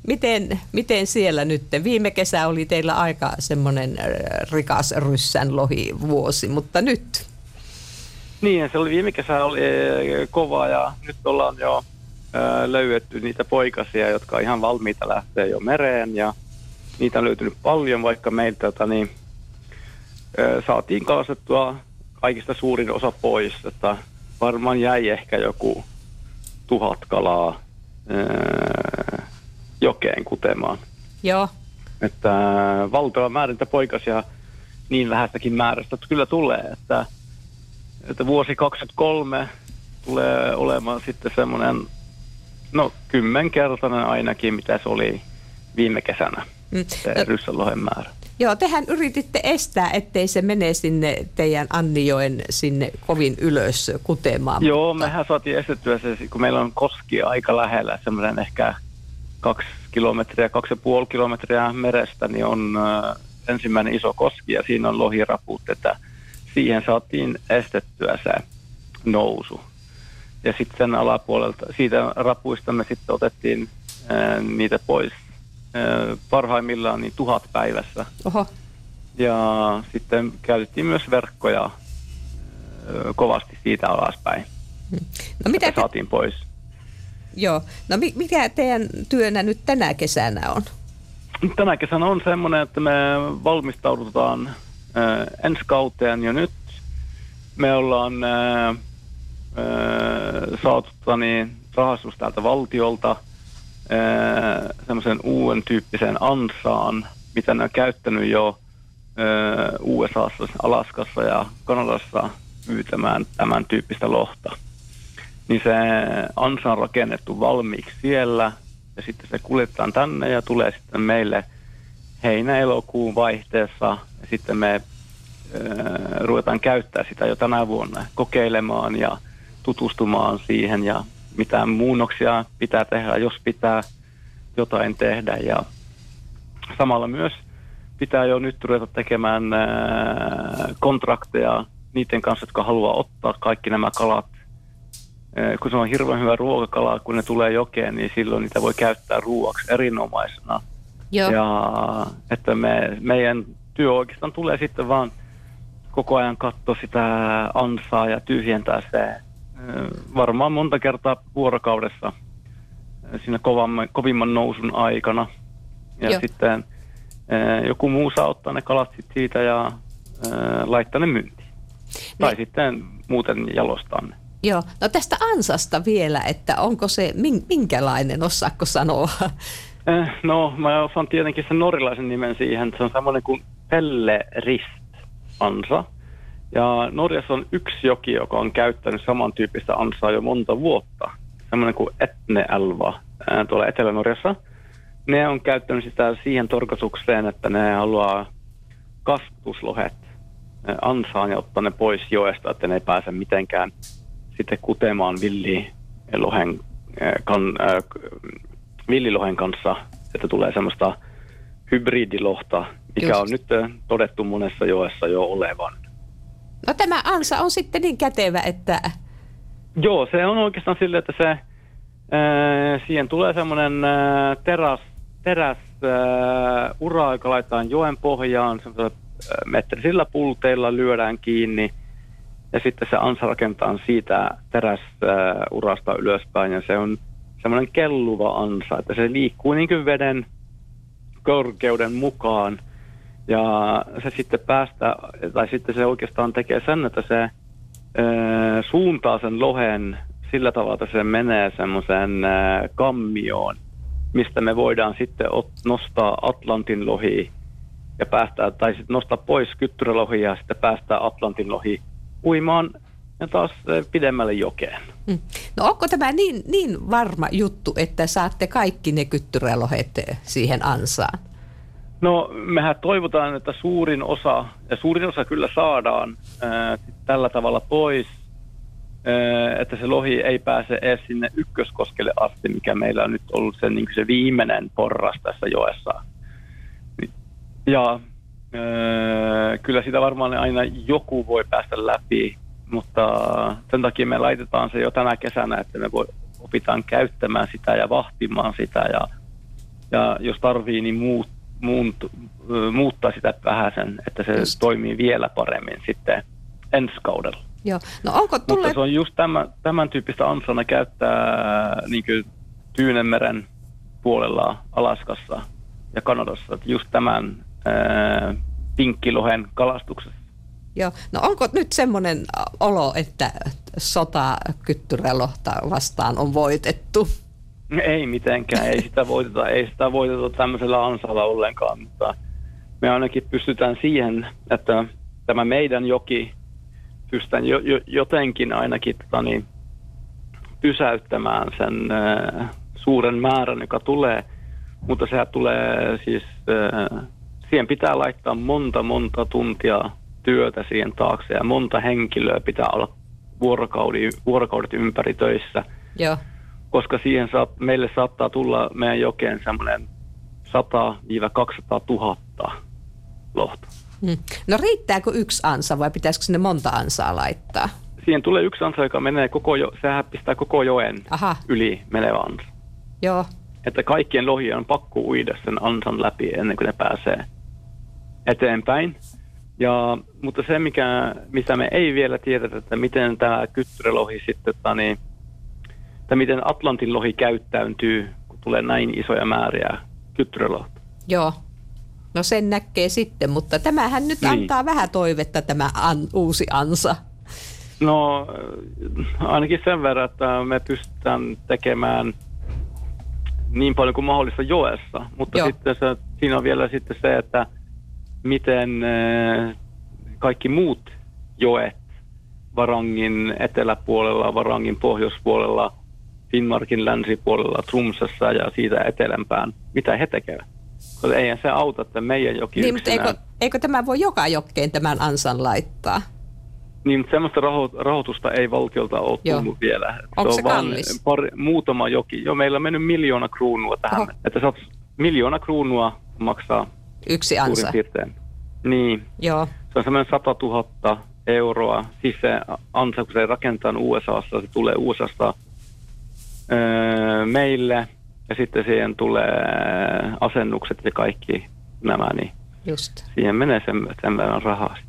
Miten siellä nyt? Viime kesä oli teillä aika semmoinen rikas ryssän lohivuosi, mutta nyt? Niin, se oli viime kesä oli kova ja nyt ollaan jo löydetty niitä poikasia, jotka on ihan valmiita lähteä jo mereen ja niitä on löytynyt paljon, vaikka meiltä saatiin kalastettua kaikista suurin osa pois, että varmaan jäi ehkä joku 1000 kalaa jokeen kutemaan. Joo. Että valtava määrintä poikasia niin vähästäkin määrästä, että kyllä tulee, että vuosi 2023 tulee olemaan sitten semmoinen 10-kertainen ainakin, mitä se oli viime kesänä, se ryssänlohen määrä. Joo, tehän yrititte estää, ettei se mene sinne teidän Annijoen sinne kovin ylös kutemaan. Joo, mehän saatiin estettyä se, kun meillä on koski aika lähellä, semmoinen ehkä 2,5 kilometriä merestä, niin on ensimmäinen iso koski ja siinä on lohiraput, että siihen saatiin estettyä se nousu. Ja sitten sen alapuolelta, siitä rapuista me sitten otettiin niitä pois parhaimmillaan niin 1000 päivässä. Oho. Ja sitten käytettiin myös verkkoja kovasti siitä alaspäin. No mitä saatiin pois. Joo. No mikä teidän työnä nyt tänä kesänä on? Tänä kesänä on semmoinen, että me valmistaudutaan ensi kauteen jo nyt. Me ollaan saatu rahastus täältä valtiolta semmoisen uuden tyyppisen ansaan, mitä ne on käyttänyt jo USAssa, Alaskassa ja Kanadassa pyytämään tämän tyyppistä lohta. Niin se ansa on rakennettu valmiiksi siellä ja sitten se kuljetaan tänne ja tulee sitten meille heinä-elokuun vaihteessa ja sitten me ruvetaan käyttää sitä jo tänä vuonna kokeilemaan ja tutustumaan siihen ja mitä muunnoksia pitää tehdä, jos pitää jotain tehdä. Ja samalla myös pitää jo nyt ruveta tekemään kontrakteja niiden kanssa, jotka haluaa ottaa kaikki nämä kalat. Kun se on hirveän hyvä ruokakala, kun ne tulee jokeen, niin silloin niitä voi käyttää ruuaksi erinomaisena. Joo. Ja että meidän työ oikeastaan tulee sitten vaan koko ajan katsoa sitä ansaa ja tyhjentää se varmaan monta kertaa vuorokaudessa siinä kovimman nousun aikana. Ja Joo. sitten joku muu saa ottaa ne kalat siitä ja laittaa ne myyntiin. Tai sitten muuten jalostaa ne. Joo, no tästä ansasta vielä, että onko se minkälainen, osaatko sanoa? No, mä osaan tietenkin sen norjalaisen nimen siihen. Se on semmoinen kuin pellerist-ansa. Ja Norjassa on yksi joki, joka on käyttänyt samantyyppistä ansaa jo monta vuotta. Semmoinen kuin Etne-Elva tuolla Etelä-Norjassa. Ne on käyttänyt sitä siihen tarkoitukseen, että ne haluaa kasvatuslohet ansaan ja ottaa ne pois joesta, että ne ei pääse mitenkään sitten kutemaan villilohen kanssa, että tulee semmoista hybridilohta, mikä Just. on nyt todettu monessa joessa jo olevan. No tämä ansa on sitten niin kätevä, että... Joo, se on oikeastaan silleen, että se siihen tulee semmoinen teräs ura, joka laitetaan joen pohjaan, semmoisella metrisillä pulteilla lyödään kiinni ja sitten se ansa rakentaa siitä teräsurasta ylöspäin ja se on semmoinen kelluva ansa, että se liikkuu niin kuin veden korkeuden mukaan ja se sitten sitten se oikeastaan tekee sen, että se suuntaa sen lohen sillä tavalla, että se menee semmoiseen kammioon, mistä me voidaan sitten nostaa Atlantin lohi ja tai sitten nostaa pois kyttyrälohi ja sitten päästää Atlantin lohi uimaan ja taas pidemmälle jokeen. No onko tämä niin varma juttu, että saatte kaikki ne kyttyrälohet siihen ansaan? No mehän toivotaan, että suurin osa kyllä saadaan tällä tavalla pois, että se lohi ei pääse edes sinne ykköskoskelle asti, mikä meillä on nyt ollut se viimeinen porras tässä joessa. Ja kyllä sitä varmaan aina joku voi päästä läpi, mutta sen takia me laitetaan se jo tänä kesänä, että me opitaan käyttämään sitä ja vahtimaan sitä ja Ja jos tarvii, niin muuttaa sitä vähäsen, että se toimii vielä paremmin sitten ensi kaudella. Joo. No onko Mutta se on just tämän tyyppistä ansana käyttää niin kuin Tyynenmeren puolella Alaskassa ja Kanadassa, että just tämän pinkkilohen kalastuksessa. Joo. No onko nyt semmoinen olo, että sota kyttyrälohta vastaan on voitettu? Ei mitenkään, ei sitä voiteta tämmöisellä ansalla ollenkaan, mutta me ainakin pystytään siihen, että tämä meidän joki pystytään jotenkin ainakin pysäyttämään sen suuren määrän, joka tulee, mutta sehän tulee siis, siihen pitää laittaa monta tuntia työtä siihen taakse ja monta henkilöä pitää olla vuorokaudet ympäri töissä. Joo. Koska siihen meille saattaa tulla meidän jokeen semmoinen 100-200 000 lohta. No riittääkö yksi ansa vai pitäisikö sinne monta ansaa laittaa? Siihen tulee yksi ansa, joka menee sehän pistää koko joen yli menevä ansa. Joo. Että kaikkien lohien on pakko uida sen ansan läpi ennen kuin ne pääsee eteenpäin. Mutta se, mistä me ei vielä tiedetä, että miten tämä kyttyrälohi sitten, tai miten Atlantin lohi käyttäytyy, kun tulee näin isoja määriä kyttyrälohta. Joo. No sen näkee sitten, mutta tämähän nyt antaa vähän toivetta tämä uusi ansa. No ainakin sen verran, että me pystytään tekemään niin paljon kuin mahdollista joessa, mutta sitten siinä on vielä sitten se, että miten kaikki muut joet Varangin eteläpuolella, Varangin pohjoispuolella, Finnmarkin länsipuolella, Tromsassa ja siitä etelämpään, mitä he tekevät. Koska eihän se auta, että meidän joki niin, mutta eikö tämä voi joka jokkeen tämän ansan laittaa? Niin, mutta semmoista rahoitusta ei valtiolta ole tullut vielä. Onko se kallis? Muutama joki. Joo, meillä on mennyt 1 000 000 kruunua tähän. Oho. Että saat 1 000 000 kruunua maksaa yksi ansa. Suurin piirtein. Niin. Joo. Se on semmoinen 100 000 euroa. Siis se ansa, kun se rakentaa USAssa, se tulee USAsta meille. Ja sitten siihen tulee asennukset ja kaikki nämä, niin just. siihen menee sen verran rahaa.